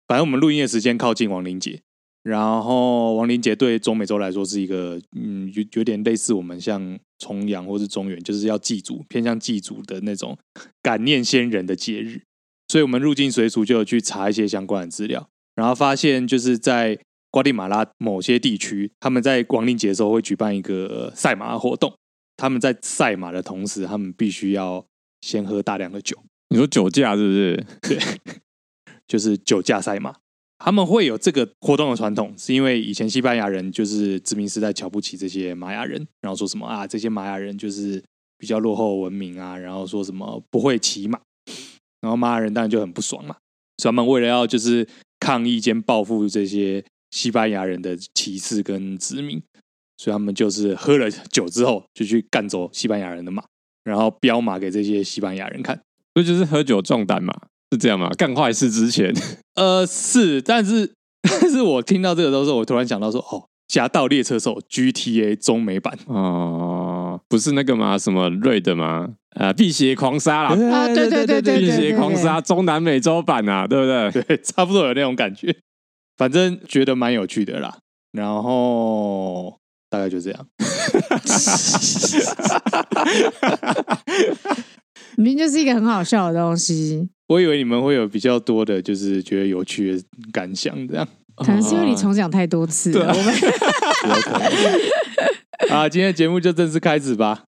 反正我们录音的时间靠近亡灵节，然后亡灵节对中美洲来说是一个有点类似我们像重阳或是中元，就是要祭祖，偏向祭祖的那种感念先人的节日。所以我们入境随俗就有去查一些相关的资料，然后发现就是在瓜地马拉某些地区，他们在亡灵节的时候会举办一个赛马活动。他们在赛马的同时，他们必须要先喝大量的酒。 你说酒驾是不是？ 对，就是酒驾赛马。他们会有这个活动的传统，是因为以前西班牙人就是殖民时代瞧不起这些玛雅人，然后说什么啊，这些玛雅人就是比较落后文明啊，然后说什么不会骑马，然后玛雅人当然就很不爽嘛，所以他们为了要就是抗议兼报复这些西班牙人的歧视跟殖民，所以他们就是喝了酒之后就去干走西班牙人的马，然后飙马给这些西班牙人看。 所以就是喝酒壮胆嘛，是这样吗？干坏事之前， 是，但是我听到这个的时候，我突然想到说，哦，侠盗猎车手 GTA 中美版哦，不是那个吗？什么瑞的吗？辟邪狂杀啦！ 啊，对， 辟邪狂杀中南美洲版啊，对不对？ 对，差不多有那种感觉。反正觉得蛮有趣的啦，然后大概就这样。 明明就是一个很好笑的东西。 我以为你们会有比较多的，就是觉得有趣的感想，这样。 可能是因为你重讲太多次了。我们有可能。啊，今天的节目就正式开始吧。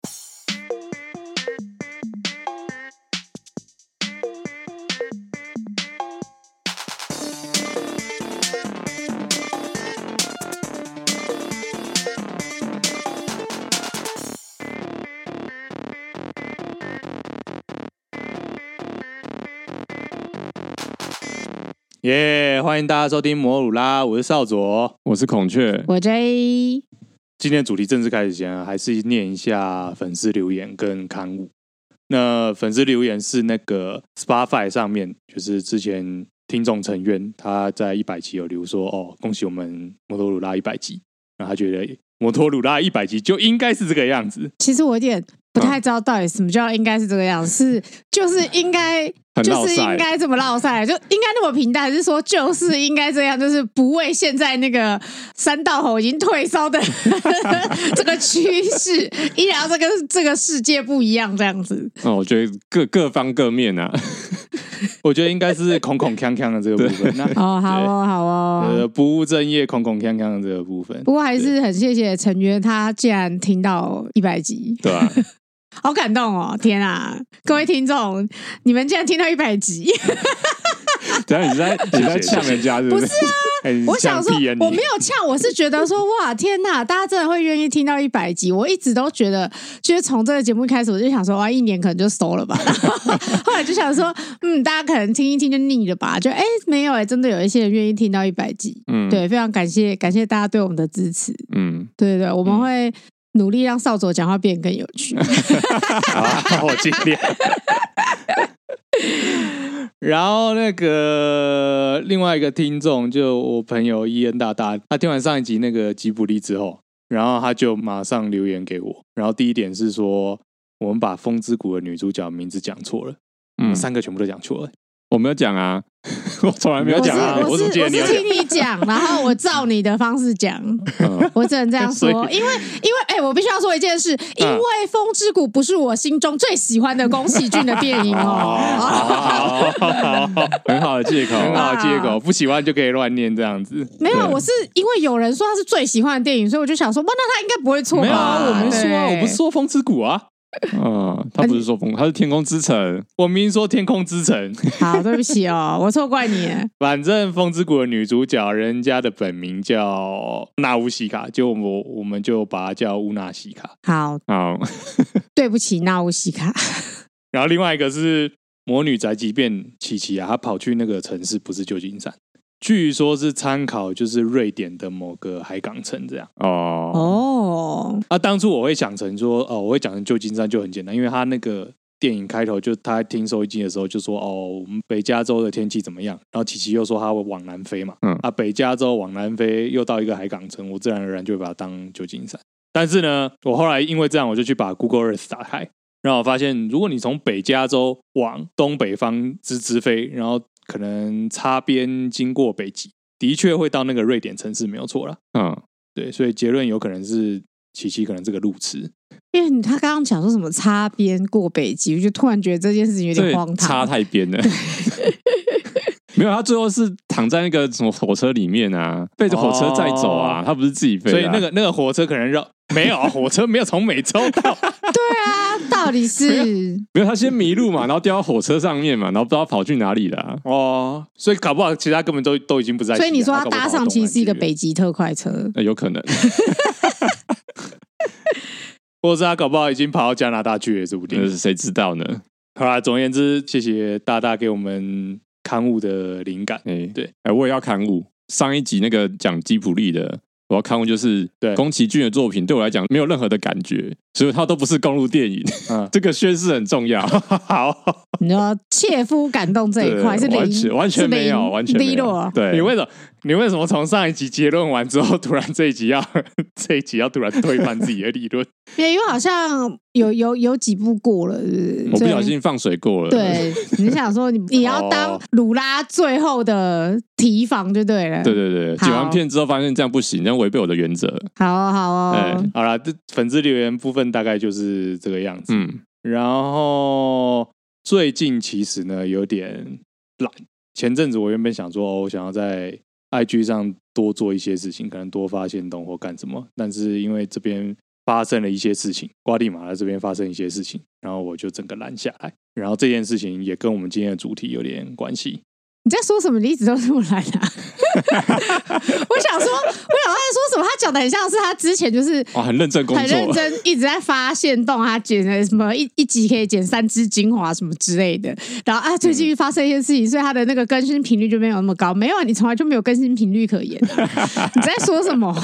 耶！欢迎大家收听摩鲁拉，我是少佐， 我是孔雀， 我 J。 今天的主题正式开始前，还是念一下粉丝留言跟刊物。那粉丝留言是那个 Spotify 上面，就是之前听众陈渊他在100集有留说，哦，恭喜我们摩托鲁拉100集，然后他觉得摩托鲁拉100集就应该是这个样子。 其实我有点不太知道到底什么叫应该是这个样子，就是应该。就是应该这么落赛，就应该那么平淡，还是说就是应该这样，就是不为现在那个三道猴已经退烧的这个趋势，依然要这个世界不一样这样子。 我觉得各方各面啊， 我觉得应该是空空锵锵的这个部分。 哦，好哦，好哦， 不务正业、空空锵锵的这个部分。 不过还是很谢谢陈渊，他竟然听到100集， 对啊。 好感动哦！天啊，各位听众，你们竟然听到100集！ 等下你在呛人家是不是？ 不是啊，我想说我没有呛，我是觉得说哇天哪，大家真的会愿意听到100集。我一直都觉得，就是从这个节目开始，我就想说哇，1年可能就收了吧。后来就想说，大家可能听一听就腻了吧？就没有真的有一些人愿意听到100集。对，非常感谢大家对我们的支持。对，我们会努力让少佐讲话变得更有趣。 好，我尽量。然后那个另外一个听众，就我朋友伊恩大大，他听完上一集那个吉卜力之后，然后他就马上留言给我。然后第一点是说，我们把《风之谷》的女主角名字讲错了，我们3个全部都讲错了。 我没有讲啊，我从来没有讲啊。 我是听你讲，然后我照你的方式讲，我只能这样说。因为我必须要说一件事，因为《风之谷》不是我心中最喜欢的宫崎骏的电影哦。 很好的借口， 很好的借口，不喜欢就可以乱念这样子。 没有，我是因为有人说他是最喜欢的电影，所以我就想说，那他应该不会错吧？ 没有啊，我没说啊，我不是说《风之谷》啊。 他不是说风，他是天空之城。 我明明说天空之城。 好，对不起哦，我错怪你。 反正风之谷的女主角，人家的本名叫纳乌西卡，就我们就把她叫乌纳西卡。 好，对不起，纳乌西卡。 然后另外一个是魔女宅急便琪琪啊，她跑去那个城市不是旧金山。据说是参考就是瑞典的某个海港城这样。当初我会想成说，我会讲成旧金山就很简单，因为他那个电影开头就他听收音机的时候就说，我们北加州的天气怎么样？然后琪琪又说他会往南飞嘛，北加州往南飞又到一个海港城，我自然而然就会把它当旧金山。但是呢，我后来因为这样，我就去把 Google Earth 打开，然后我发现，如果你从北加州往东北方直飞，然后可能擦边经过北极，的确会到那个瑞典城市没有错啦。对，所以结论有可能是琪琪可能这个路痴。 因为他刚刚讲说什么擦边过北极，我就突然觉得这件事情有点荒唐， 擦太边了。没有，他最后是躺在那个什么火车里面啊，被着火车载走啊，他不是自己飞、啊。 所以那个火车可能没有火车没有从美洲到。 对啊，到底是没有他先迷路嘛，然后掉到火车上面嘛，然后不知道跑去哪里了、啊。 哦，所以搞不好其实他根本都已经不在。 所以你说他搭上其实是一个北极特快车， 有可能。 或者是他搞不好已经跑到加拿大去了，说不定。 谁知道呢？ 好啦，总而言之，谢谢大大给我们刊物的灵感。对， 我也要刊物。上一集那个讲吉卜力的，我要刊物就是宫崎骏的作品，对我来讲没有任何的感觉，所以它都不是公路电影。这个宣示很重要。好， 你说切肤感动这一块是完全没有，完全没有。对， 你为什么从上一集结论完之后，突然这一集要突然推翻自己的理论？ 因为好像有几部过了，是不是？ 我不小心放水过了。 对，你想说你要当鲁拉最后的提防就对了。 对，剪完片之后发现这样不行，这样违背我的原则。 好哦。 好啦，粉丝留言部分大概就是这个样子。然后最近其实呢有点懒。前阵子我原本想说，我想要在 IG 上多做一些事情，可能多发限动或干什么，但是因为这边发生了一些事情，瓜地马拉这边发生一些事情，然后我就整个懒下来。然后这件事情也跟我们今天的主题有点关系。 你在说什么？你一直都这么懒啊！我想说他在说什么？他讲的很像是他之前就是很认真工作， 很认真一直在发限动，他剪了什么一集可以剪3支精华什么之类的。然后最近发生一些事情，所以他的那个更新频率就没有那么高。没有，你从来就没有更新频率可言啊！你在说什么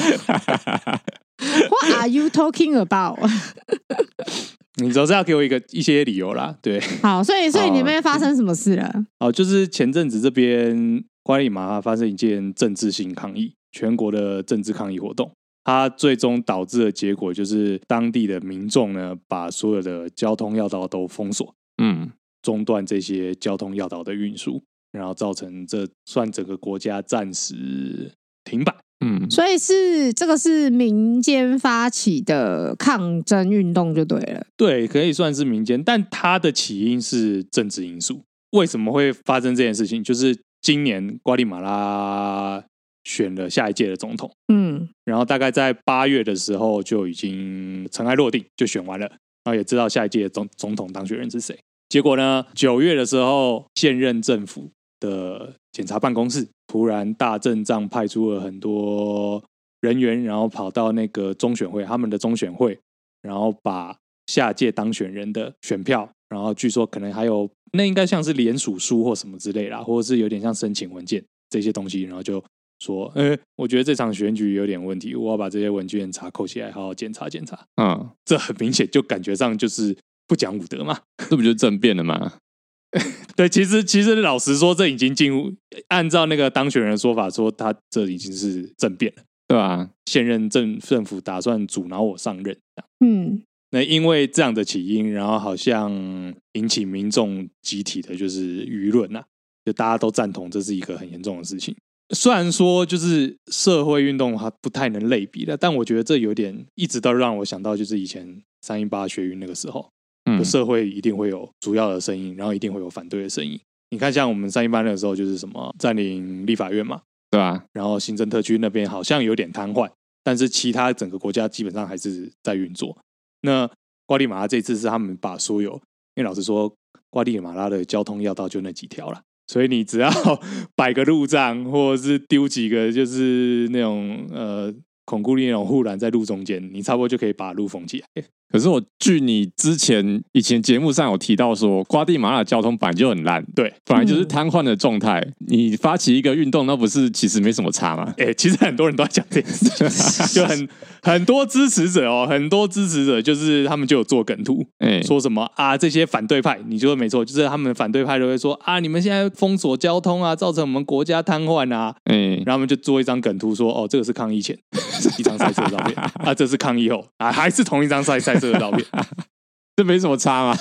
？What are you talking about？ 你总是要给我一些理由啦，对。 好，所以你那边发生什么事了？ 就是前阵子这边瓜地马拉发生一件政治性抗议，全国的政治抗议活动，它最终导致的结果就是当地的民众呢，把所有的交通要道都封锁，中断这些交通要道的运输，然后造成这算整个国家暂时停摆。 所以这个是民间发起的抗争运动就对了。 对，可以算是民间，但它的起因是政治因素。为什么会发生这件事情？就是今年瓜地马拉选了下一届的总统，然后大概在8月的时候就已经尘埃落定，就选完了，然后也知道下一届的总统当选人是谁。结果呢，9月的时候，现任政府的检察办公室突然大阵仗，派出了很多人员，然后跑到那个中选会，他们的中选会，然后把下届当选人的选票，然后据说可能还有那应该像是联署书或什么之类啦，或者是有点像申请文件这些东西，然后就说我觉得这场选举有点问题，我要把这些文件查扣起来，好好检查检查。这很明显就感觉上就是不讲武德嘛， 这不就政变了吗？ 对，其实老实说，这已经进入按照那个当选人的说法说，他这已经是政变了， 对啊， 现任政府打算阻挠我上任。那因为这样的起因，然后好像引起民众集体的就是舆论啊，就大家都赞同这是一个很严重的事情。虽然说就是社会运动它不太能类比的，但我觉得这有点一直都让我想到就是以前318学运那个时候。社会一定会有主要的声音，然后一定会有反对的声音。你看，像我们318那个时候，就是什么占领立法院嘛， 对吧？ 然后行政特区那边好像有点瘫痪，但是其他整个国家基本上还是在运作。那瓜地马拉这次是他们把所有，因为老实说，瓜地马拉的交通要道就那几条啦，所以你只要摆个路障，或者是丢几个就是那种孔固力那种护栏在路中间，你差不多就可以把路封起来。 可是我据你以前节目上有提到说，瓜地马拉的交通本来就很烂， 对， 本来就是瘫痪的状态。你发起一个运动，那不是其实没什么差吗？ 其实很多人都在讲这件事情，就很多支持者很多支持者就是他们就有做梗图，说什么啊这些反对派，你说没错，就是他们反对派都会说啊，你们现在封锁交通啊，造成我们国家瘫痪啊，然后他们就做一张梗图说，这个是抗议前一张赛车的照片啊，这是抗议后啊，还是同一张赛车的照片， 这没什么差嘛。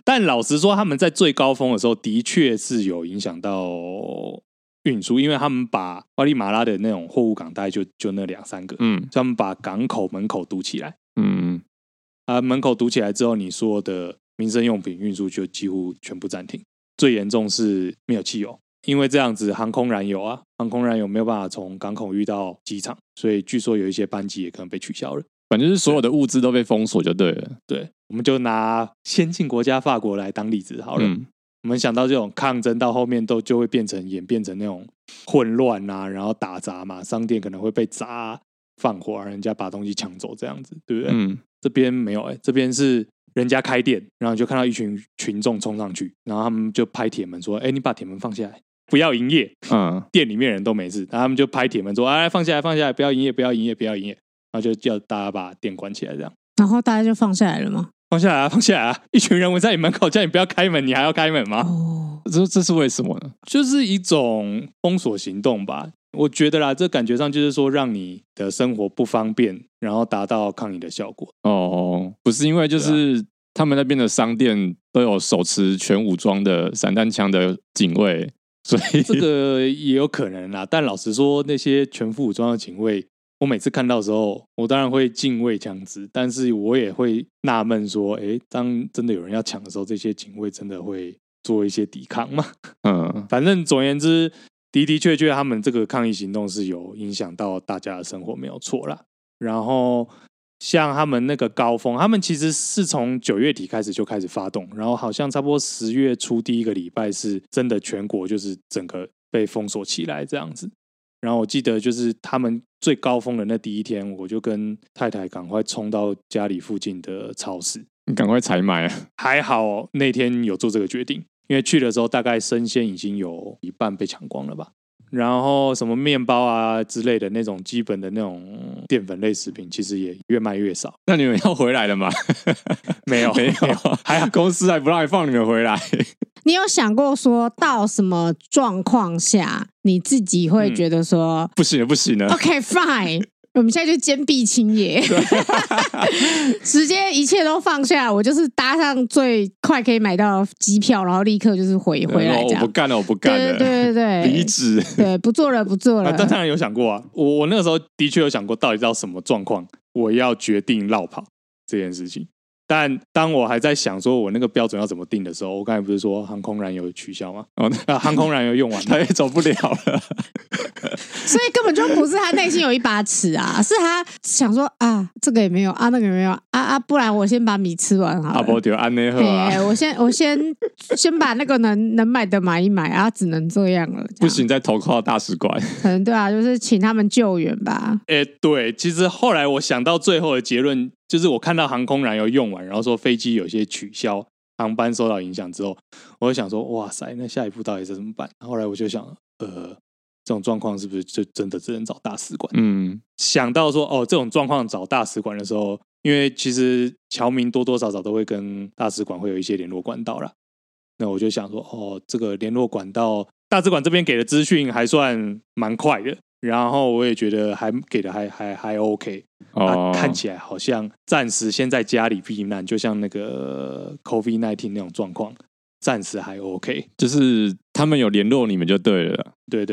但老实说，他们在最高峰的时候，的确是有影响到运输，因为他们把瓜地马拉的那种货物港大概就那2-3个，所以他们把港口门口堵起来，门口堵起来之后，你所有的民生用品运输就几乎全部暂停。最严重是没有汽油，因为这样子航空燃油没有办法从港口运到机场，所以据说有一些班机也可能被取消了。 反正是所有的物资都被封锁就对了。 对，我们就拿先进国家法国来当例子好了。我们想到这种抗争到后面就会演变成那种混乱啊，然后打砸嘛，商店可能会被砸放火，人家把东西抢走这样子，对不对？这边没有这边是人家开店，然后就看到一群群众冲上去，然后他们就拍铁门说：“你把铁门放下来，不要营业。”店里面人都没事，然后他们就拍铁门说：“放下来，放下来，不要营业，不要营业，不要营业。”然后就叫大家把店关起来，这样。 然后大家就放下来了吗？ 放下来啊，放下来啊！一群人围在你门口，叫你不要开门，你还要开门吗？ 这是为什么呢？ 就是一种封锁行动吧。我觉得啦，这感觉上就是说让你的生活不方便，然后达到抗议的效果。 不是因为就是他们那边的商店都有手持全武装的散弹枪的警卫，所以这个也有可能啦。但老实说，那些全副武装的警卫，我每次看到的时候，我当然会敬畏枪支，但是我也会纳闷说，当真的有人要抢的时候，这些警卫真的会做一些抵抗吗？反正总而言之，的确他们这个抗议行动是有影响到大家的生活，没有错啦。然后像他们那个高峰，他们其实是从9月底开始就开始发动，然后好像差不多10月初第一个礼拜是真的全国就是整个被封锁起来这样子。然后我记得就是他们最高峰的那第一天，我就跟太太赶快冲到家里附近的超市， 你赶快采买啊！ 还好那天有做这个决定，因为去的时候大概生鲜已经有一半被抢光了吧。然后什么面包啊之类的那种基本的那种淀粉类食品，其实也越卖越少。 那你们要回来了吗？ 没有， 还公司还不让你放你们回来。 你有想过说到什么状况下你自己会觉得说、 不行了 OK fine 我们现在就坚壁清野直接一切都放下，我就是搭上最快可以买到机票，然后立刻就是回来这样。 我不干了对离职， 对，不做了当然有想过啊，我那个时候的确有想过到底到什么状况我要决定落跑这件事情。但当我还在想说我那个标准要怎么定的时候，我刚才不是说航空燃油取消吗？航空燃油用完了， 他也走不了了所以根本就不是他内心有一把尺啊，是他想说啊，这个也没有啊，那个也没有啊，不然我先把米吃完好了。 不就安内喝啊！ 我先把那个能买的买一买啊，只能这样了。 不行，再投靠大使馆。 可能对啊，就是请他们救援吧。 对，其实后来我想到最后的结论，就是我看到航空燃油用完，然后说飞机有些取消，航班受到影响之后，我就想说，哇塞，那下一步到底是怎么办？后来我就想，这种状况是不是就真的只能找大使馆？想到说，这种状况找大使馆的时候，因为其实侨民多多少少都会跟大使馆会有一些联络管道啦。那我就想说，这个联络管道，大使馆这边给的资讯还算蛮快的，然后我也觉得还给的还 OK。看起来好像暂时先在家里避难，就像那个 COVID-19 那种状况，暂时还 OK， 就是他们有联络你们就对了。 对，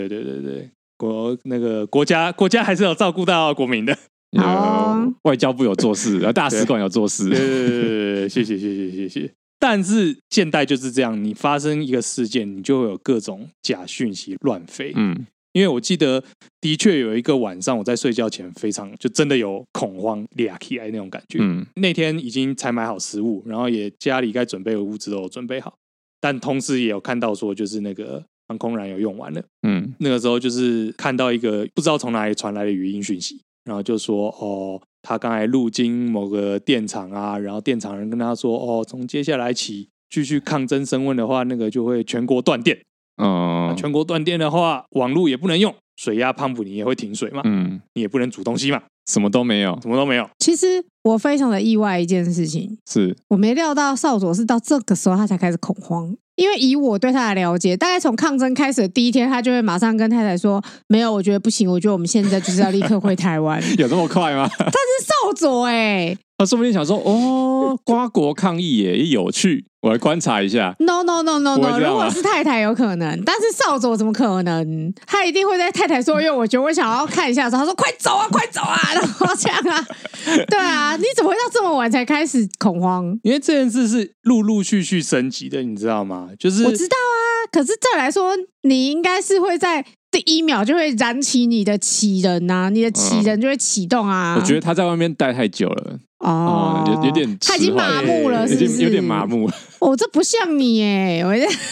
国家还是有照顾到国民的。 外交部有做事，大使馆有做事。 对，谢谢。但是现代就是这样，你发生一个事件，你就会有各种假讯息乱飞。因为我记得的确有一个晚上我在睡觉前非常就真的有恐慌俩起来那种感觉。那天已经采买好食物，然后也家里该准备的物资都有准备好，但同时也有看到说就是那个航空燃油用完了。那个时候就是看到一个不知道从哪里传来的语音讯息，然后就说他刚才路经某个电厂啊，然后电厂人跟他说从接下来起继续抗争升温的话，那个就会全国断电。全国断电的话，网络也不能用，水压pump你也会停水嘛，你也不能煮东西嘛， 什么都没有。 其实我非常的意外一件事情， 是我没料到少佐是到这个时候他才开始恐慌。 因为以我对他的了解，大概从抗争开始的第一天，他就会马上跟太太说：“没有，我觉得不行，我觉得我们现在就是要立刻回台湾。” 有这么快吗？ 他是少佐哎， 他说不定想说哦，瓜国抗议也有趣，我来观察一下。 No， 如果是太太有可能，但是少佐怎么可能？他一定会在太太说，因为我觉得我想要看一下的时候，他说快走啊，快走啊，然后这样啊，对啊，你怎么会到这么晚才开始恐慌？ 因为这件事是陆续升级的，你知道吗？就是我知道啊，可是再来说，你应该是会在第一秒就会燃起你的启人啊，你的启人就会启动啊。 我觉得他在外面待太久了。哦，有点， 他已经麻木了，是不是？ 有点麻木。 哦，这不像你耶，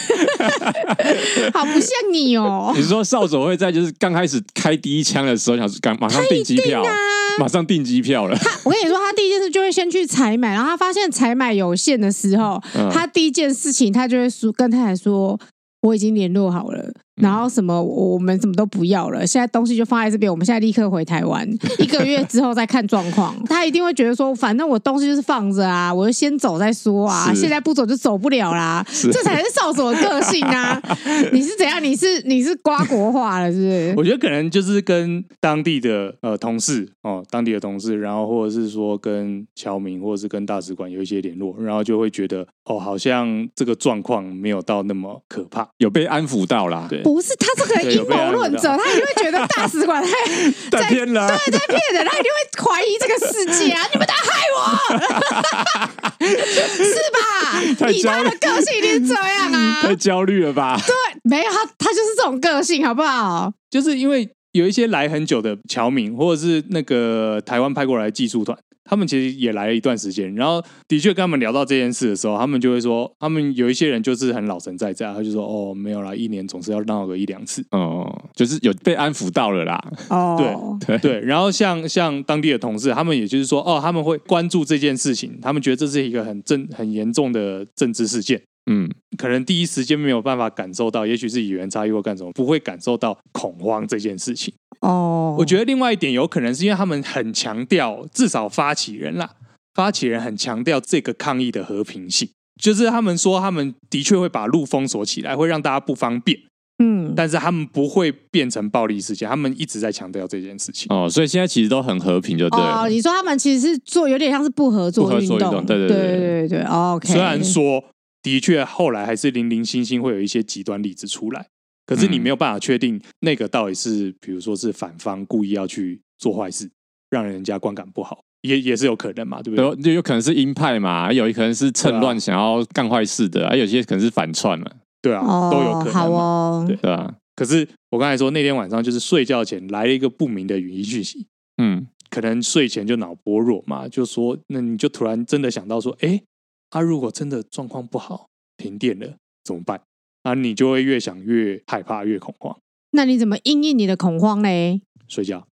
好不像你哦。 你说少佐会在就是刚开始开第一枪的时候，想马上订机票，马上订机票了。 我跟你说，他第一件事就会先去采买，然后他发现采买有限的时候，他第一件事情他就会跟太太说：“我已经联络好了。”然后什么我们什么都不要了，现在东西就放在这边，我们现在立刻回台湾，1个月之后再看状况。他一定会觉得说，反正我东西就是放着啊，我就先走再说啊，现在不走就走不了啦，这才是少佐的个性啊！你是怎样？你是瓜国化了，是不是？ 我觉得可能就是跟当地的同事当地的同事，然后或者是说跟侨民或者是跟大使馆有一些联络，然后就会觉得好像这个状况没有到那么可怕， 有被安抚到啦。 对。 不是他这个阴谋论者，他一定会觉得大使馆在骗人， 对，在骗人，他一定会怀疑这个世界啊！你们在害我，是吧？以他的个性一定是这样啊， 太焦虑了吧？ 对，没有他就是这种个性，好不好？ 就是因为有一些来很久的侨民，或者是那个台湾派过来的技术团。他们其实也来了一段时间，然后的确跟他们聊到这件事的时候，他们就会说，他们有一些人就是很老神在在，他就说没有啦，1年总是要闹个1-2次， 就是有被安抚到了啦。 对，然后像当地的同事，他们也就是说，他们会关注这件事情，他们觉得这是一个很严重的政治事件。可能第一时间没有办法感受到，也许是语言差异或干什么，不会感受到恐慌这件事情。我觉得另外一点有可能是因为他们很强调，至少发起人很强调这个抗议的和平性，就是他们说他们的确会把路封锁起来，会让大家不方便。但是他们不会变成暴力事件，他们一直在强调这件事情。 所以现在其实都很和平，就对了。 你说他们其实是有点像是不合作运动，对。OK， 虽然说的确后来还是零零星星会有一些极端例子出来，可是你没有办法确定那个到底是，比如说是反方故意要去做坏事，让人家观感不好，也是有可能嘛，对不对？ 就有可能是鹰派嘛，有可能是趁乱想要干坏事的，有些可能是反串嘛。 对啊，都有可能。 好哦， 对啊。 可是我刚才说那天晚上就是睡觉前来了一个不明的语音讯息，可能睡前就脑波弱嘛，就说那你就突然真的想到说，如果真的状况不好，停电了怎么办？你就会越想越害怕，越恐慌。 那你怎么因应你的恐慌嘞？ 睡觉。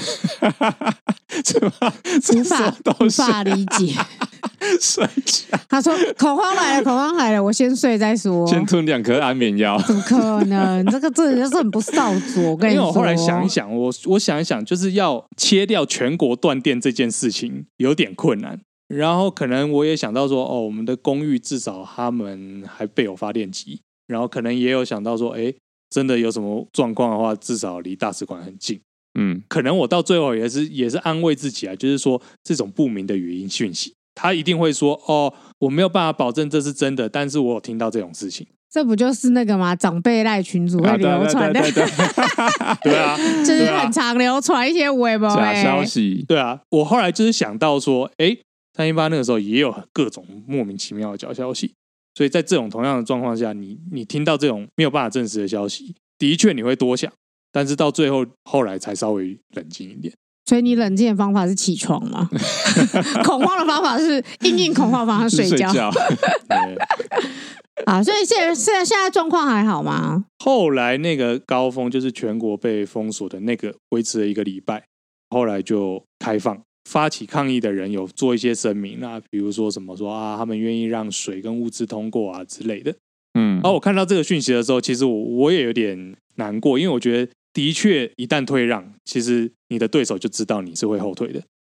无法理解。 睡觉。 他说恐慌来了，我先睡再说。 先吞2颗安眠药。 怎么可能？这个真的就是很不少佐。我跟你说， 因为我后来想一想，我想一想，就是要切掉全国断电这件事情有点困难。然后可能我也想到说，我们的公寓至少他们还备有发电机，然后可能也有想到说，真的有什么状况的话，至少离大使馆很近。可能我到最后也是安慰自己啊，就是说这种不明的语音讯息，他一定会说，我没有办法保证这是真的，但是我有听到这种事情。 这不就是那个吗？长辈赖群组会流传的， 对啊， 就是很常流传一些微博假消息。 对啊，我后来就是想到说，318那个时候也有各种莫名其妙的假消息，所以在这种同样的状况下，你听到这种没有办法证实的消息，的确你会多想，但是到后来才稍微冷静一点。 所以你冷静的方法是起床吗？恐慌的方法是应恐慌方法睡觉。所以现在状况还好吗？ 后来那个高峰就是全国被封锁的那个，维持了1个礼拜，后来就开放。发起抗议的人有做一些声明比如说什么说他们愿意让水跟物资通过之类的。我看到这个讯息的时候，其实我也有点难过，因为我觉得的确一旦退让，其实你的对手就知道你是会后退的，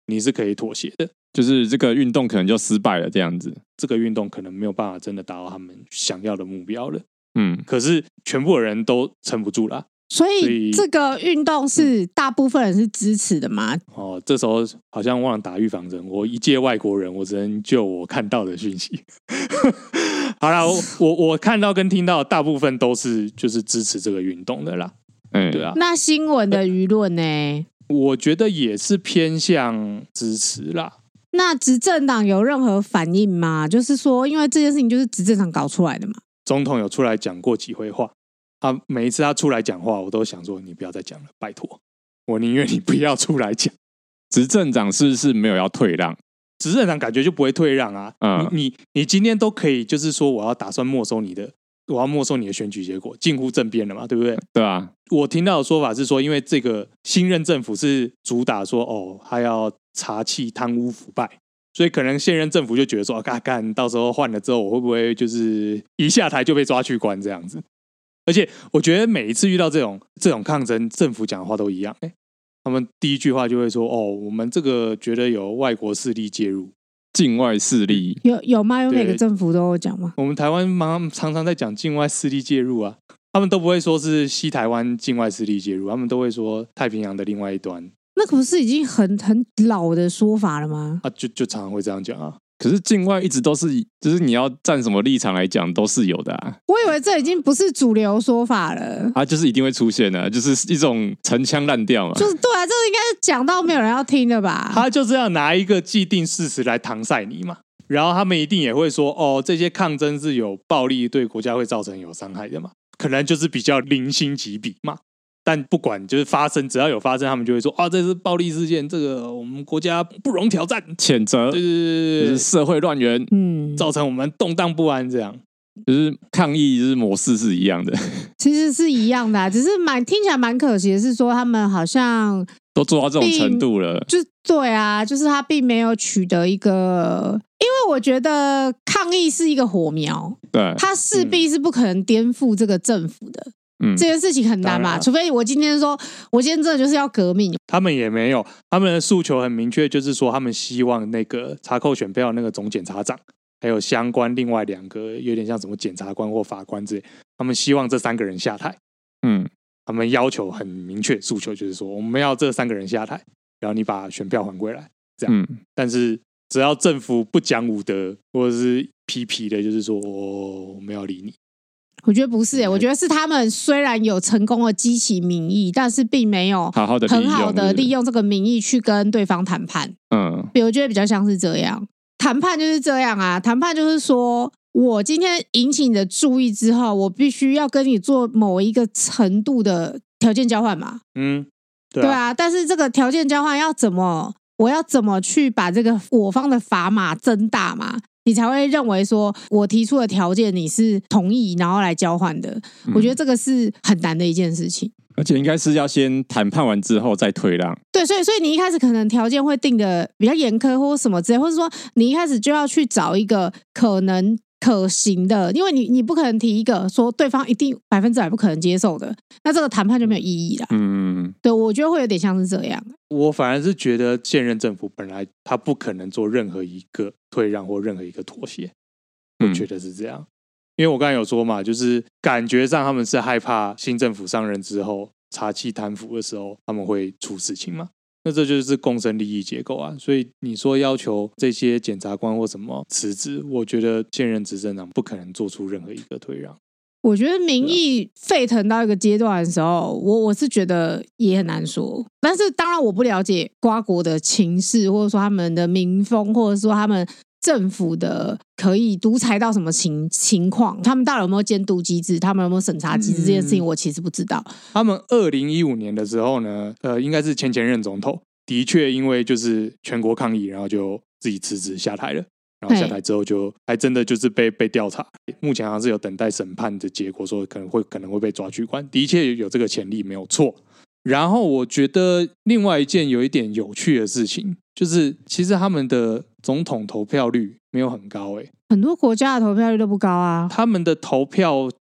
你是可以妥协的， 就是这个运动可能就失败了这样子， 这个运动可能没有办法真的达到他们想要的目标了。 可是全部的人都撑不住啦。 所以这个运动是大部分人是支持的吗？ 这时候好像忘了打预防针，我一介外国人，我只能就我看到的讯息。好啦，我看到跟听到大部分都是就是支持这个运动的啦。对啊。 那新闻的舆论呢？ 我觉得也是偏向支持啦。 那执政党有任何反应吗？就是说，因为这件事情就是执政党搞出来的嘛。 总统有出来讲过几回话，每一次他出来讲话，我都想说你不要再讲了，拜托，我宁愿你不要出来讲。 执政党是不是没有要退让？ 执政党感觉就不会退让啊。你今天都可以，就是说我要打算没收你的选举结果，近乎政变了嘛，对不对？ 对啊。 我听到的说法是说，因为这个新任政府是主打说他要查缉贪污腐败。所以可能现任政府就觉得说，干到时候换了之后，我会不会就是一下台就被抓去关这样子？而且我觉得每一次遇到这种抗争，政府讲的话都一样。他们第一句话就会说：“我们这个觉得有外国势力介入， 境外势力有吗？有每个政府都有讲吗？ 我们台湾常常在讲境外势力介入啊，他们都不会说是西台湾境外势力介入，他们都会说太平洋的另外一端。” 那可不是已经很老的说法了吗？ 就常常会这样讲啊。 可是境外一直都是，就是你要站什么立场来讲都是有的啊。 我以为这已经不是主流说法了。 就是一定会出现的，就是一种陈腔滥调嘛。 就是对啊，这个应该是讲到没有人要听的吧？ 他就是要拿一个既定事实来搪塞你嘛。然后他们一定也会说，这些抗争是有暴力，对国家会造成有伤害的嘛，可能就是比较零星级比嘛。但不管就是发生，只要有发生，他们就会说这是暴力事件，这个我们国家不容挑战， 谴责，就是社会乱源， 造成我们动荡不安，这样就是抗议，就是模式是一样的， 其实是一样的，只是听起来蛮可惜的是说他们好像都做到这种程度了， 就对啊，就是他并没有取得一个，因为我觉得抗议是一个火苗， 对， 他势必是不可能颠覆这个政府的。这件事情很难嘛，除非我今天说，我今天真的就是要革命。 他们也没有，他们的诉求很明确，就是说他们希望那个查扣选票那个总检察长，还有相关另外2个有点像什么检察官或法官之类，他们希望这3个人下台。他们要求很明确，诉求就是说我们要这3个人下台，然后你把选票还归来，这样。但是只要政府不讲武德或者是皮皮的，就是说我没有理你。 我觉得不是我觉得是他们虽然有成功的激起民意，但是并没有很好的利用这个民意去跟对方谈判。我觉得比较像是这样，谈判就是这样啊，谈判就是说我今天引起你的注意之后，我必须要跟你做某一个程度的条件交换嘛。对啊，但是这个条件交换我要怎么去把这个我方的砝码增大嘛？你才会认为说我提出的条件你是同意然后来交换的。我觉得这个是很难的一件事情， 而且应该是要先谈判完之后再退让。 对，所以你一开始可能条件会定的比较严苛或什么之类，或者说你一开始就要去找一个可能可行的，因为你不可能提一个说对方一定100%不可能接受的，那这个谈判就没有意义了。对，我觉得会有点像是这样。 我反而是觉得现任政府本来他不可能做任何一个退让或任何一个妥协，我觉得是这样。因为我刚才有说嘛，就是感觉上他们是害怕新政府上任之后查缉贪腐的时候他们会出事情嘛，那这就是共生利益结构啊。所以你说要求这些检察官或什么辞职，我觉得现任执政党不可能做出任何一个退让。 我觉得民意沸腾到一个阶段的时候，我是觉得也很难说。但是当然我不了解瓜国的情势，或者说他们的民风，或者说他们政府的可以独裁到什么情况，他们到底有没有监督机制，他们有没有审查机制，这件事情我其实不知道。 他们2015年的时候呢，应该是前任总统的确因为就是全国抗议，然后就自己辞职下台了。然后下台之后就还真的就是被调查，目前好像是有等待审判的结果，说可能会被抓去关，的确有这个潜力没有错。然后我觉得另外一件有一点有趣的事情，就是其实他们的总统投票率没有很高很多国家的投票率都不高啊。 他们的投票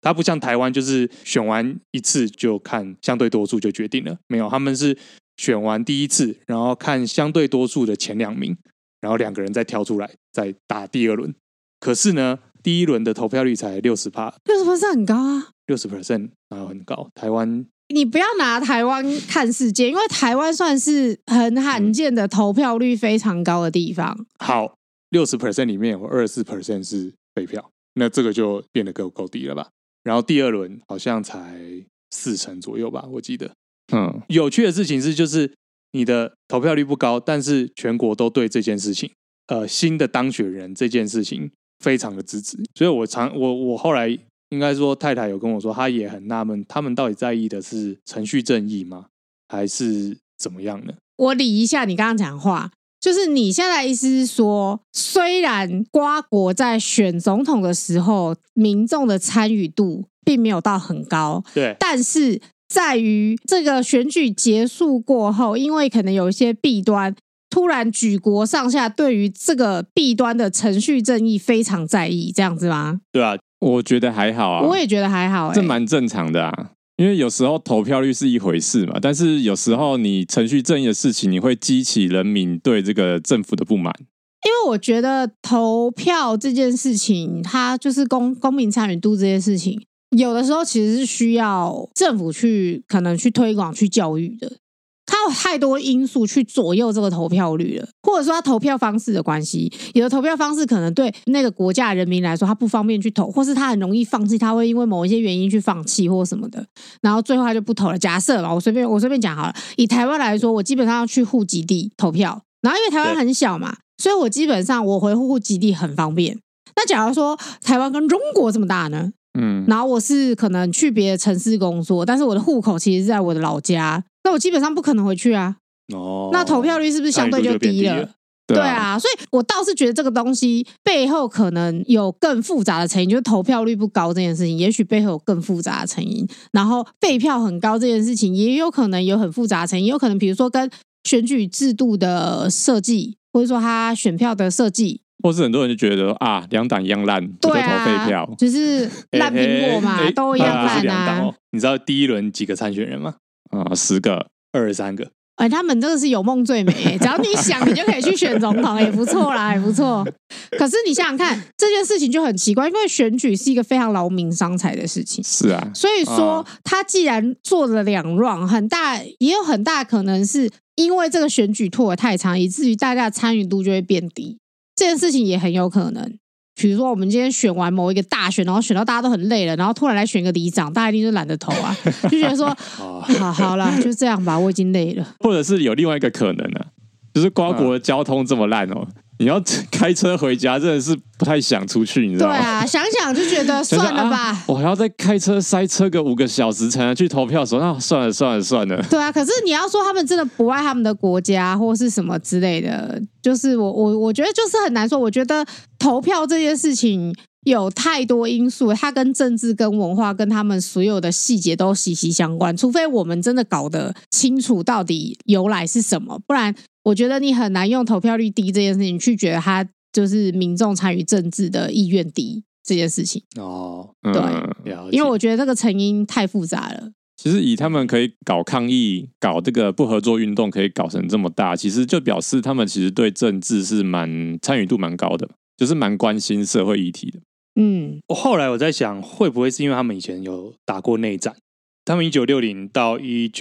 它不像台湾就是选完一次就看相对多数就决定了，没有，他们是选完第一次，然后看相对多数的前2名，然后2个人再挑出来再打第2轮。可是呢，第1轮的投票率才 60%，60% 很高啊， 60% 哪有很高？台湾你不要拿台湾看世界，因为台湾算是很罕见的投票率非常高的地方。 好， 60% 里面有 24% 是废票，那这个就变得够低了吧？然后第2轮好像才40%左右吧，我记得。有趣的事情是，就是你的投票率不高，但是全国都对这件事情，新的当选人这件事情非常的支持，所以我后来应该说太太有跟我说，她也很纳闷，他们到底在意的是程序正义吗？还是怎么样呢？ 我理一下你刚刚讲话，就是你现在的意思是说，虽然瓜国在选总统的时候，民众的参与度并没有到很高， 对， 但是在于这个选举结束过后，因为可能有一些弊端，突然举国上下对于这个弊端的程序正义非常在意，这样子吗？ 对啊， 我觉得还好啊， 我也觉得还好， 这蛮正常的啊。因为有时候投票率是一回事嘛，但是有时候你程序正义的事情，你会激起人民对这个政府的不满。 因为我觉得投票这件事情，它就是公民参与度这件事情，有的时候其实是需要政府可能去推广、去教育的。它有太多因素去左右这个投票率了，或者说它投票方式的关系，有的投票方式可能对那个国家的人民来说他不方便去投，或是他很容易放弃，他会因为某一些原因去放弃或什么的，然后最后他就不投了。假设嘛，我随便讲好了，以台湾来说，我基本上要去户籍地投票，然后因为台湾很小嘛，所以我基本上我回户籍地很方便。那假如说台湾跟中国这么大呢？然后我是可能去别的城市工作，但是我的户口其实是在我的老家，那我基本上不可能回去啊。那投票率是不是相对就低了？对啊，所以我倒是觉得这个东西背后可能有更复杂的成因，就是投票率不高这件事情，也许背后有更复杂的成因。然后废票很高这件事情，也有可能有很复杂的成因，有可能比如说跟选举制度的设计，或者说他选票的设计。 或是很多人就觉得啊，2党一样烂，就投废票， 就是烂苹果嘛，都一样烂啊。 你知道第1轮几个参选人吗 ？10个、 23个。 他们这个是有梦最美，只要你想，你就可以去选总统，也不错啦，也不错。可是你想想看，这件事情就很奇怪，因为选举是一个非常劳民伤财的事情。 是啊， 所以说他既然做了2 round，也有很大可能是因为这个选举拖得太长，以至于大家的参与度就会变低。这件事情也很有可能，比如说我们今天选完某一个大选，然后选到大家都很累了，然后突然来选个里长，大家一定就懒得投啊，就觉得说好啦，就这样吧，我已经累了。 或者是有另外一个可能啊，就是瓜国的交通这么烂哦，你要开车回家真的是不太想出去，你知道吗？ 对啊，想想就觉得算了吧。 我还要再开车塞车个5个小时才能去投票的时候，那算了。 对啊，可是你要说他们真的不爱他们的国家或是什么之类的，就是我觉得就是很难说。我觉得投票这件事情有太多因素，它跟政治、跟文化、跟他们所有的细节都息息相关。除非我们真的搞得清楚到底由来是什么，不然我觉得你很难用投票率低这件事情去觉得它就是民众参与政治的意愿低这件事情。对，因为我觉得这个成因太复杂了。 其实以他们可以搞抗议、搞这个不合作运动，可以搞成这么大，其实就表示他们其实对政治是参与度蛮高的，就是蛮关心社会议题的。 后来我在想，会不会是因为他们以前有打过内战？他们1960到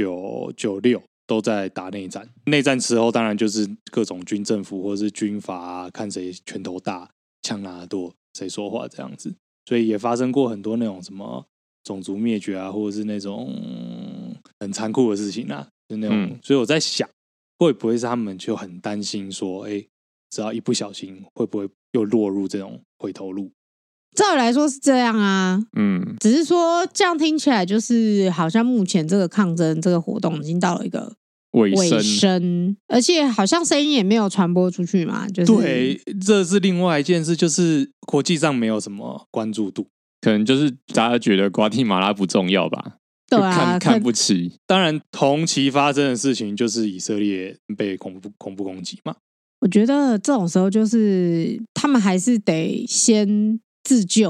1996都在打内战。内战时候当然就是各种军政府或是军阀啊，看谁拳头大、枪拿得多，谁说话这样子。所以也发生过很多那种什么种族灭绝啊，或者是那种很残酷的事情啊，就那种。所以我在想，会不会是他们就很担心说，只要一不小心，会不会又落入这种回头路？ 照理来说是这样啊，只是说这样听起来就是好像目前这个抗争这个活动已经到了一个尾声，而且好像声音也没有传播出去嘛，就是对，这是另外一件事，就是国际上没有什么关注度， 可能就是大家觉得瓜地马拉不重要吧， 对啊， 看不起。 当然，同期发生的事情就是以色列被恐怖攻击嘛。 我觉得这种时候就是他们还是得先自救啦，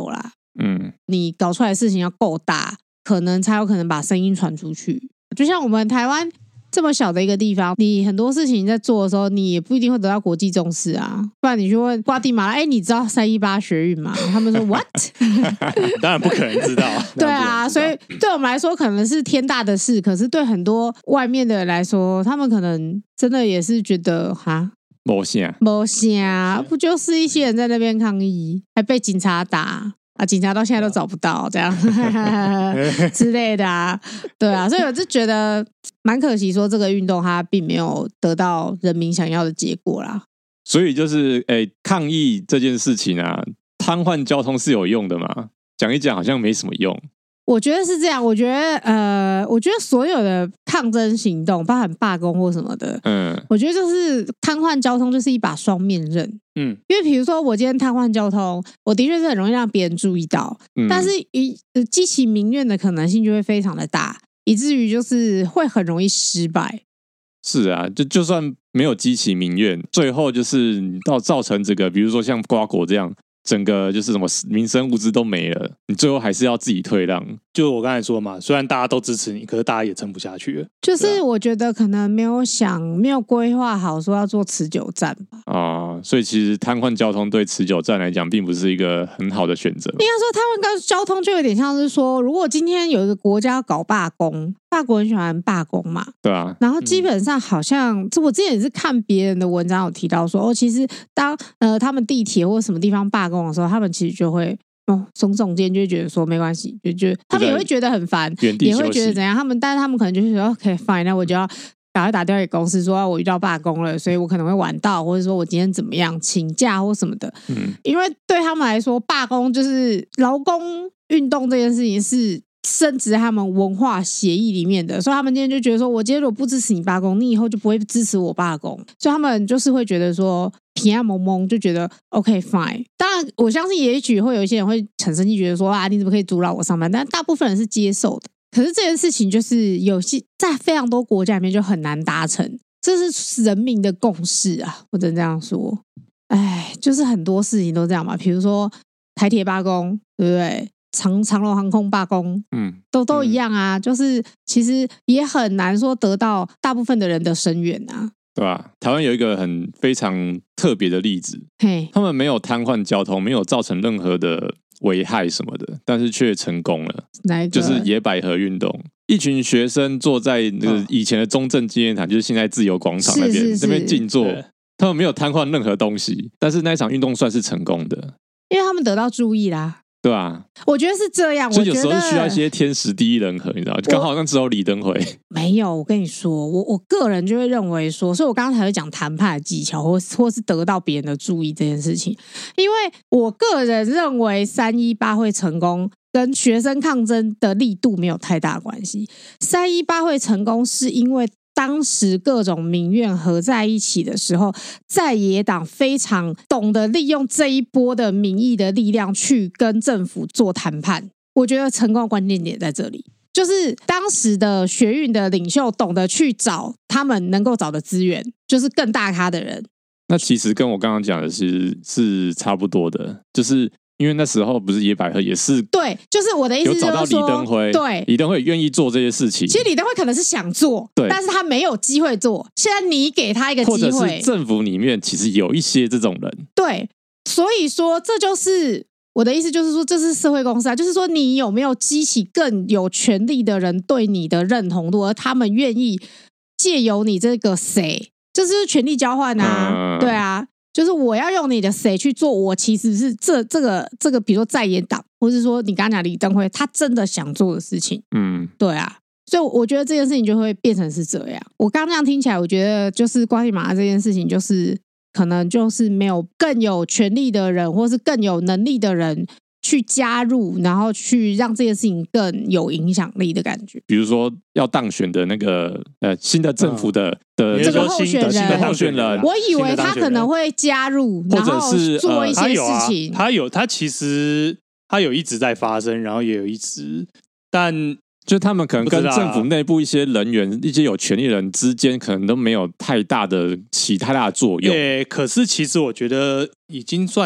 你搞出来的事情要够大，可能才有可能把声音传出去。就像我们台湾这么小的一个地方，你很多事情在做的时候，你也不一定会得到国际重视啊。不然你去问瓜地马拉，你知道318学运吗？他们说 what？ 当然不可能知道。 对啊，所以对我们来说可能是天大的事，可是对很多外面的人来说，他们可能真的也是觉得哈。 没啥， 不就是一些人在那边抗议，还被警察打啊？警察到现在都找不到，这样之类的啊，对啊，所以我就觉得蛮可惜，说这个运动它并没有得到人民想要的结果啦。 所以就是抗议这件事情啊，瘫痪交通是有用的嘛？讲一讲好像没什么用。 我觉得是这样，我觉得所有的抗争行动，包含罢工或什么的，我觉得就是瘫痪交通就是一把双面刃，因为比如说我今天瘫痪交通，我的确是很容易让别人注意到，但是激起民怨的可能性就会非常的大，以至于就是会很容易失败。 是啊，就算没有激起民怨，最后就是造成这个，比如说像瓜果这样。整个就是什么民生物资都没了，你最后还是要自己退让。 就我刚才说嘛，虽然大家都支持你，可是大家也撑不下去了。 就是我觉得可能没有规划好说要做持久战吧。 所以其实瘫痪交通对持久战来讲，并不是一个很好的选择。 应该说瘫痪交通就有点像是说，如果今天有一个国家要搞罢工，法国很喜欢罢工嘛， 对啊。 然后基本上好像，我之前也是看别人的文章有提到说，其实当他们地铁或什么地方罢工的时候，他们其实就会耸耸肩，就会觉得说没关系，就他们也会觉得很烦，也会觉得怎样。但是他们可能就是说 OK fine， 那我就要赶快打电话给公司说我遇到罢工了，所以我可能会晚到，或者说我今天怎么样请假或什么的。因为对他们来说，罢工就是劳工运动这件事情是深植在他们文化协议里面的，所以他们今天就觉得说，我今天如果不支持你罢工，你以后就不会支持我罢工，所以他们就是会觉得说平安蒙蒙，就觉得 OK fine。当然，我相信也许会有一些人会很生气，觉得说你怎么可以阻挠我上班？但大部分人是接受的。可是这件事情就是在非常多国家里面就很难达成，这是人民的共识啊，我只能这样说。就是很多事情都这样嘛，比如说台铁罢工，对不对？长荣航空罢工，都一样啊，就是其实也很难说得到大部分的人的声援啊， 对吧？台湾有一个非常特别的例子，他们没有瘫痪交通，没有造成任何的危害什么的，但是却成功了。 哪一个？ 就是野百合运动，一群学生坐在那个以前的中正纪念堂，就是现在自由广场那边静坐，他们没有瘫痪任何东西，但是那一场运动算是成功的， 因为他们得到注意啦。 对啊， 我觉得是这样。 所以有时候需要一些天时地利人和，你知道，刚好像只有李登辉没有。我跟你说，我个人就会认为说，所以我刚刚才会讲谈判的技巧，或是得到别人的注意这件事情。因为我个人认为318会成功，跟学生抗争的力度没有太大关系。318会成功，是因为当时各种民怨合在一起的时候，在野党非常懂得利用这一波的民意的力量去跟政府做谈判。我觉得成功的关键点在这里，就是当时的学运的领袖懂得去找他们能够找的资源，就是更大咖的人。 那其实跟我刚刚讲的是差不多的，就是因为那时候不是野百合也是对，就是我的意思就是说， 有找到李登辉， 对， 李登辉也愿意做这些事情。 其实李登辉可能是想做，对，但是他没有机会做。现在你给他一个机会， 或者是政府里面其实有一些这种人， 对，所以说这就是我的意思，就是说这是社会公司啊，就是说你有没有激起更有权力的人对你的认同度，而他们愿意借由你这个谁，就是权力交换啊，对啊。就是我要用你的谁去做，我其实是这个，比如说在野党，或是说你刚刚讲李登辉，他真的想做的事情，对啊，所以我觉得这件事情就会变成是这样。我刚刚这样听起来，我觉得就是瓜地马拉这件事情，就是可能就是没有更有权力的人，或是更有能力的人去加入，然后去让这件事情更有影响力的感觉。 比如说要当选的那个新的政府的这个候选人， 我以为他可能会加入，然后做一些事情。 他其实有一直在发生，然后也有一直，但就他们可能跟政府内部一些人员、一些有权力的人之间，可能都没有太大的作用。 可是其实我觉得已经算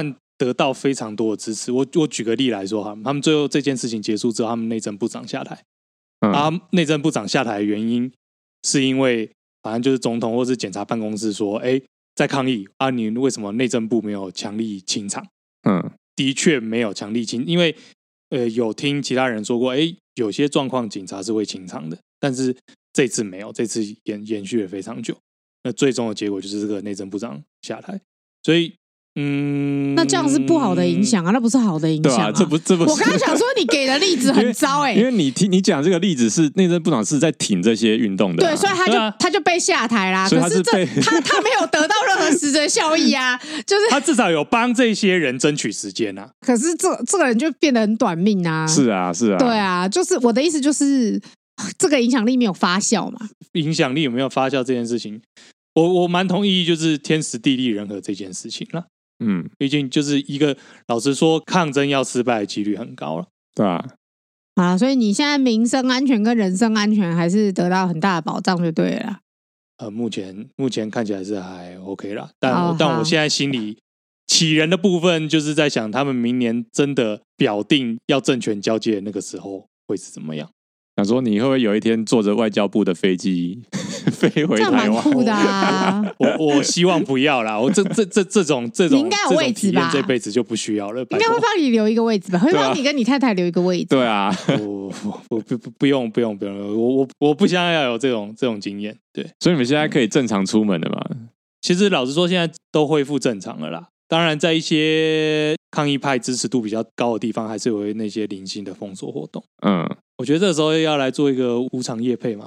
得到非常多的支持。我举个例来说哈，他们最后这件事情结束之后，他们内政部长下台，内政部长下台的原因是因为反正就是总统或是检察办公室说，在抗议啊，你为什么内政部没有强力清场？的确没有强力清，因为有听其他人说过，有些状况警察是会清场的，但是这次没有，这次延续了非常久。那最终的结果就是这个内政部长下台，所以那这样是不好的影响啊，那不是好的影响啊。 这不是我刚刚想说你给的例子很糟因为你讲这个例子是内政部长是在挺这些运动的， 对，所以他就被下台啦。可是他没有得到任何实质效益啊，就是他至少有帮这些人争取时间啊。 可是这个人就变得很短命啊。 是啊， 对啊，就是我的意思就是这个影响力没有发酵嘛。 影响力有没有发酵这件事情，我蛮同意，就是天时地利人和这件事情啦。毕竟就是一个，老实说，抗争要失败的几率很高了， 对啊。 所以你现在民生安全跟人身安全还是得到很大的保障就对了啦。 目前看起来是还 OK 啦，但我现在心里杞人的部分就是在想，他们明年真的表定要政权交接的那个时候会是怎么样？ 想说你会不会有一天坐着外交部的飞机飞回台湾？这样蛮酷的啊！ 我希望不要啦，我这种你应该有位置吧？ 这辈子就不需要了。 应该会帮你留一个位置吧？会帮你跟你太太留一个位置？ 对啊， 不用，我不想要有这种经验。对， 所以你们现在可以正常出门了吗？ 其实老实说，现在都恢复正常了啦。当然，在一些抗议派支持度比较高的地方，还是有那些零星的封锁活动。我觉得这时候要来做一个无偿业配嘛，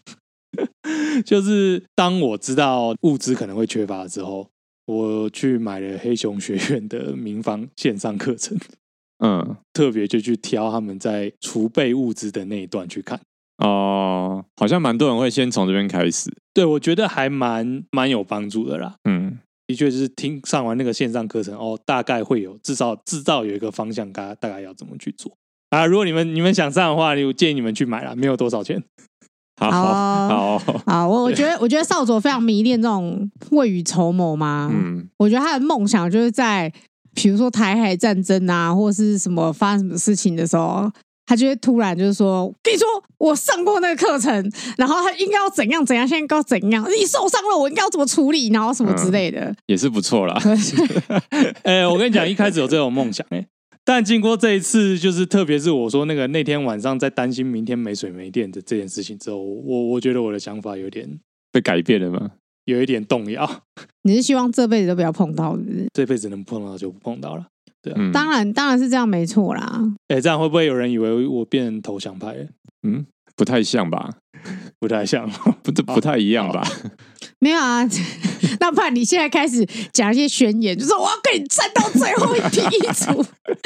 就是当我知道物资可能会缺乏的时候，我去买了黑熊学院的民防线上课程，特别就去挑他们在储备物资的那一段去看。 好像蛮多人会先从这边开始。 对，我觉得还蛮有帮助的啦。的确就是上完那个线上课程，大概会有至少有一个方向，大概要怎么去做啊？如果你们想上的话，我建议你们去买啦，没有多少钱。 好， 我觉得少佐非常迷恋这种未雨绸缪嘛。我觉得他的梦想就是在比如说台海战争啊，或是什么发生什么事情的时候，他就会突然就是说，跟你说我上过那个课程，然后他应该要怎样，现在应该要怎样，你受伤了我应该要怎么处理，然后什么之类的， 也是不错啦。 我跟你讲，一开始有这种梦想但经过这一次，就是特别是我说那天晚上在担心明天没水没电的这件事情之后，我觉得我的想法有点被改变了吗？ 有一点动摇。 你是希望这辈子都不要碰到，是不是？ 这辈子能碰到就不碰到了。对啊， 当然是这样，没错啦。 这样会不会有人以为我变成投降派了？ 不太像吧？ 不太像， 不太一样吧？ 没有啊，那不然你现在开始讲一些宣言，就说我要跟你战到最后一批一组，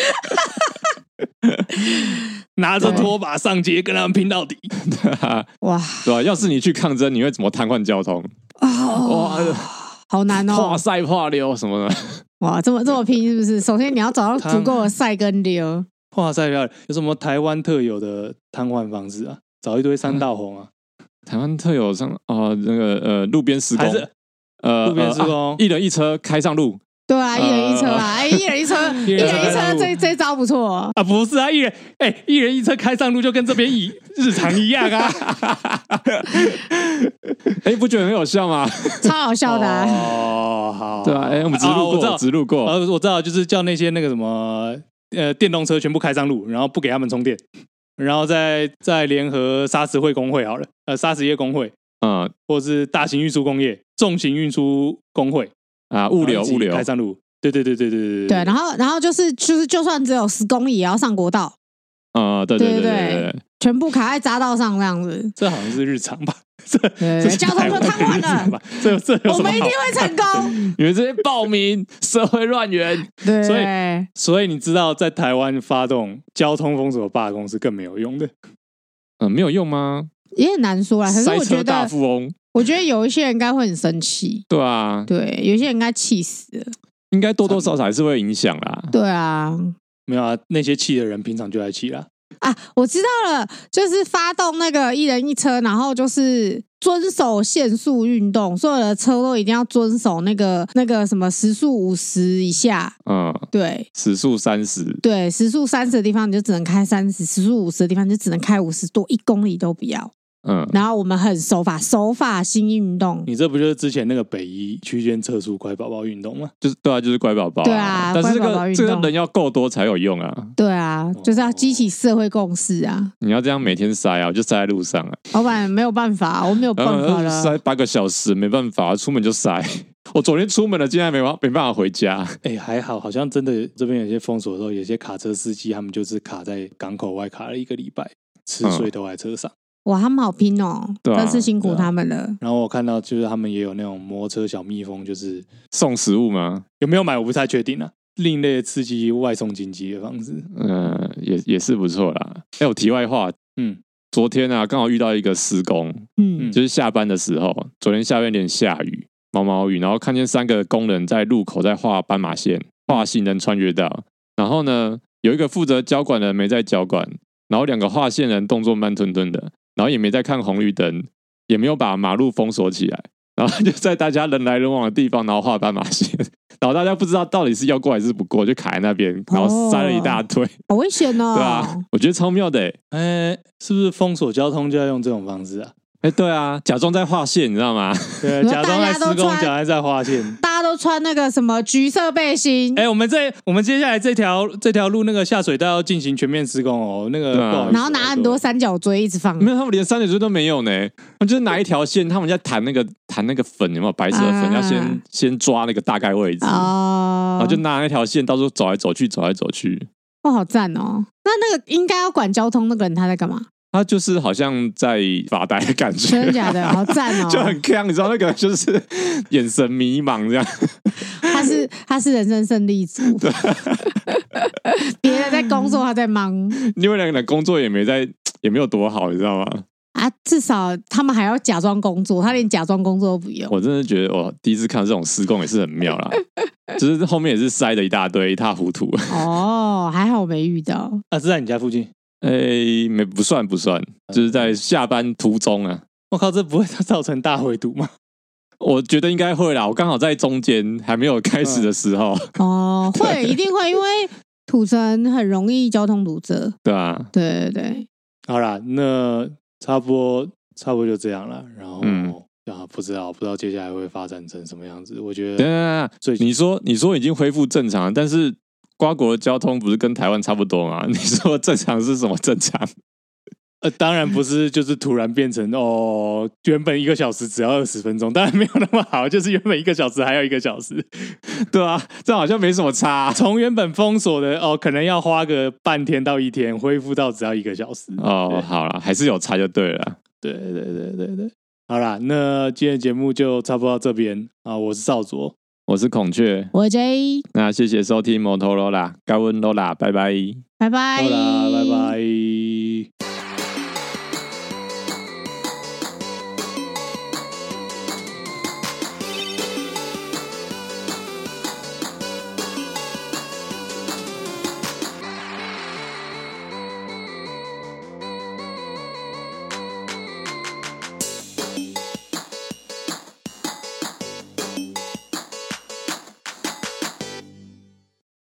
拿着拖把上街跟他们拼到底。 哇， 对吧？要是你去抗争，你会怎么瘫痪交通？ 哇，好难哦！ 跨赛跨溜什么的， 哇，这么拼是不是？首先你要找到足够的赛跟溜。 跨赛溜有什么台湾特有的瘫痪方式啊？找一堆三道红啊！ 台湾特有上那个路边施工， 路边施工， 一人一车开上路。 对啊，一人一车啊，一人一车，一人一车，这招不错啊！不是啊，一人一车开上路就跟这边日常一样啊！ 不觉得很有效吗？ 超好笑的啊！ 好， 对啊，我们直路过， 我知道，就是叫那些那个什么电动车全部开上路，然后不给他们充电。然后再联合砂石会工会好了，砂石业工会，或是大型运输工业、重型运输工会啊，物流开上路，对， 然后就是就算只有10公里也要上国道， 对， 全部卡在匝道上这样子， 这好像是日常吧？ 交通就瘫痪了，我们一定会成功。 你们这些暴民，社会乱源， 对， 所以你知道，在台湾发动交通封锁罢工是更没有用的。 没有用吗？ 也很难说啦。可是我觉得大富翁， 我觉得有一些人应该会很生气。 对啊， 对，有些人应该气死了。 应该多多少少还是会影响啦。 对啊， 没有啊，那些气的人平常就在气啦。 啊，我知道了，就是发动那个一人一车，然后就是遵守限速运动，所有的车都一定要遵守那个什么时速50以下。对， 时速30， 对，时速30的地方你就只能开30，时速50的地方你就只能开50多，1公里都不要。然后我们很守法新运动。 你这不就是之前那个北一区间测速乖宝宝运动吗？ 就是对啊，就是乖宝宝。 对啊， 但是这个人要够多才有用啊。 对啊，就是要激起社会共识啊。 你要这样每天塞啊，我就塞在路上啊。 老板没有办法，我没有办法了。 塞8个小时没办法，出门就塞。我昨天出门了，今天没办法回家。 还好，好像真的这边有些封锁的时候，有些卡车司机他们就是卡在港口外卡了1个礼拜，吃睡都在车上。 哇，他们好拼哦，真是辛苦他们了。 然后我看到就是他们也有那种摩托车小蜜蜂，就是送食物吗？ 有没有买我不太确定啊。另类刺激外送经济的方式， 也是不错啦。我题外话，昨天啊刚好遇到一个施工，就是下班的时候，昨天下面有点下雨，毛毛雨，然后看见3个工人在路口在画斑马线，画行人穿越道，然后呢有一个负责交管的人没在交管，然后2个画线人动作慢吞吞的。然后也没在看红绿灯，也没有把马路封锁起来，然后就在大家人来人往的地方，然后画斑马线，然后大家不知道到底是要过还是不过，就卡在那边，然后塞了一大堆， 好危险哦！ 对啊，我觉得超妙的是不是封锁交通就要用这种方式啊？ 对啊，假装在画线，你知道吗？ 对，假装在施工，假装在画线。 大家都穿那个什么橘色背心。 我们接下来这条路那个下水道要进行全面施工哦。那个， 然后拿很多三角锥一直放。 没有，他们连三角锥都没有呢。他们就是拿一条线，他们在弹那个粉，有没有白色的粉？要先抓那个大概位置然后就拿那条线到处走来走去。 哇，好赞哦！那个应该要管交通那个人他在干嘛？ 他就是好像在发呆的感觉， 真的假的？好赞哦， 就很鏘，你知道那个就是眼神迷茫这样。 他是人生胜利组，别人在工作，他在忙。 另外2个人工作也没有多好，你知道吗？ 啊，至少他们还要假装工作，他连假装工作都不用。 我真的觉得，我第一次看到这种施工也是很妙啦，就是后面也是塞的一大堆，一塌糊涂。 还好我没遇到。 是在你家附近？ 不算，就是在下班途中啊。 我靠，这不会造成大回堵吗？ 我觉得应该会啦，我刚好在中间，还没有开始的时候。 会，一定会，因为土城很容易交通堵塞。 对啊， 对。 好啦，那差不多就这样了。然后不知道接下来会发展成什么样子。我觉得， 你说已经恢复正常，但是瓜国的交通不是跟台湾差不多吗？你说正常是什么正常？ 当然不是，就是突然变成原本1个小时只要20分钟，当然没有那么好，就是原本1个小时还要1个小时， 对啊，这好像没什么差。 从原本封锁的可能要花个半天到1天，恢复到只要1个小时。 好啦，还是有差就对了。 对，好啦，那今天的节目就差不多到这边啊。我是少佐， 我是孔雀， 我是 J。 那谢谢收听摩托罗拉，高温罗拉，拜拜， 拜拜， 拜拜。